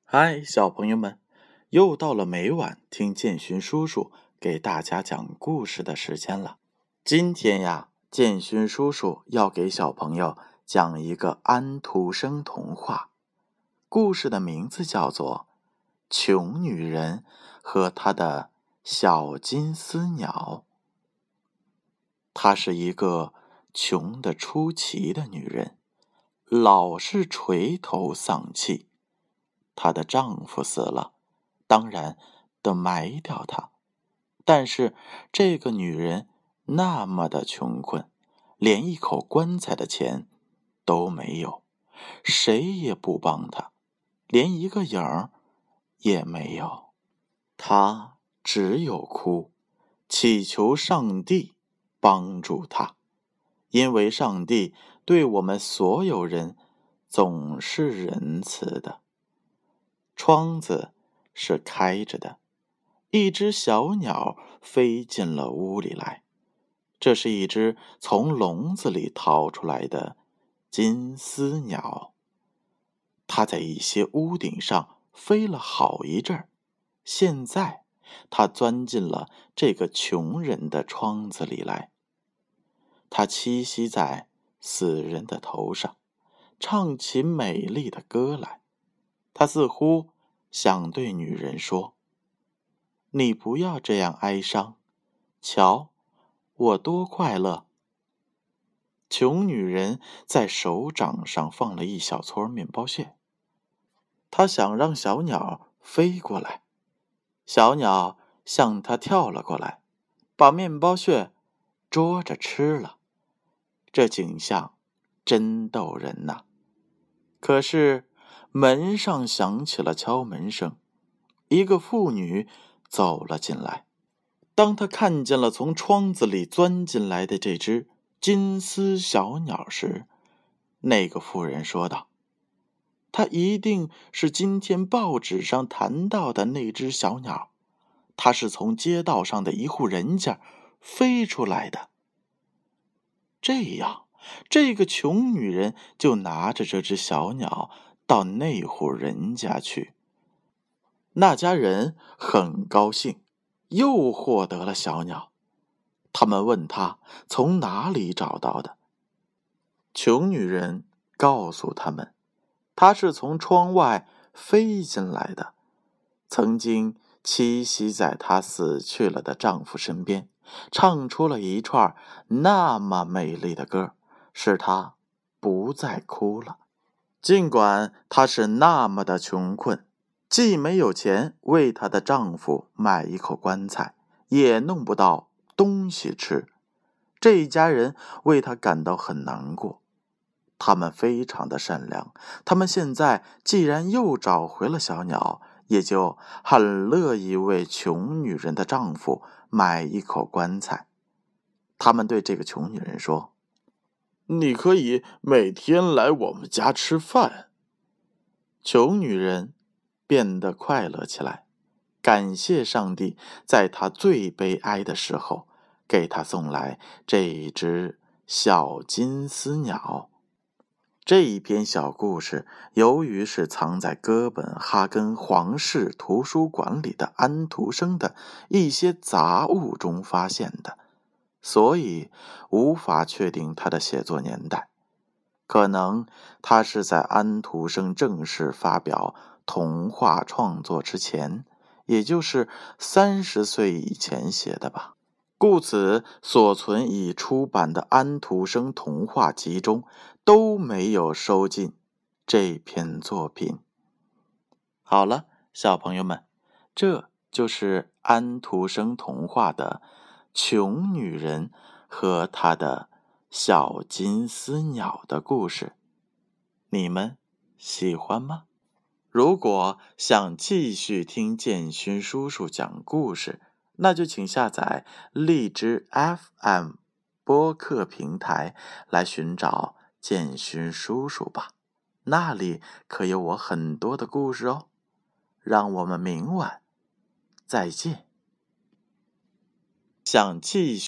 嗨，小朋友们，又到了每晚听建勋叔叔给大家讲故事的时间了。今天呀，建勋叔叔要给小朋友讲一个安徒生童话，故事的名字叫做《穷女人和她的小金丝鸟》。她是一个穷得出奇的女人，老是垂头丧气。她的丈夫死了，当然得埋掉她。但是这个女人那么的穷困，连一口棺材的钱都没有，谁也不帮她，连一个影儿也没有。她只有哭，祈求上帝帮助她，因为上帝对我们所有人总是仁慈的。窗子是开着的，一只小鸟飞进了屋里来。这是一只从笼子里逃出来的金丝鸟。它在一些屋顶上飞了好一阵儿，现在它钻进了这个穷人的窗子里来。它栖息在死人的头上，唱起美丽的歌来。他似乎想对女人说：“你不要这样哀伤，瞧，我多快乐。”穷女人在手掌上放了一小撮面包屑，她想让小鸟飞过来。小鸟向她跳了过来，把面包屑捉着吃了。这景象真逗人呐！可是门上响起了敲门声，一个妇女走了进来。当她看见了从窗子里钻进来的这只金丝小鸟时，那个妇人说道：“它一定是今天报纸上谈到的那只小鸟，它是从街道上的一户人家飞出来的。”这样，这个穷女人就拿着这只小鸟到那户人家去。那家人很高兴，又获得了小鸟。他们问她从哪里找到的。穷女人告诉他们，她是从窗外飞进来的，曾经栖息在她死去了的丈夫身边，唱出了一串那么美丽的歌，使她不再哭了。尽管她是那么的穷困，既没有钱为她的丈夫买一口棺材，也弄不到东西吃，这一家人为她感到很难过。他们非常的善良，他们现在既然又找回了小鸟，也就很乐意为穷女人的丈夫买一口棺材。他们对这个穷女人说：“你可以每天来我们家吃饭。”穷女人变得快乐起来，感谢上帝在她最悲哀的时候给她送来这一只小金丝鸟。这一篇小故事由于是藏在哥本哈根皇室图书馆里的安徒生的一些杂物中发现的，所以无法确定他的写作年代。可能他是在安徒生正式发表童话创作之前，也就是30岁以前写的吧。故此所存已出版的安徒生童话集中都没有收进这篇作品。好了，小朋友们，这就是安徒生童话的穷女人和她的小金丝鸟的故事，你们喜欢吗？如果想继续听建勋叔叔讲故事，那就请下载荔枝 FM 播客平台来寻找建勋叔叔吧，那里可有我很多的故事哦。让我们明晚再见。想继续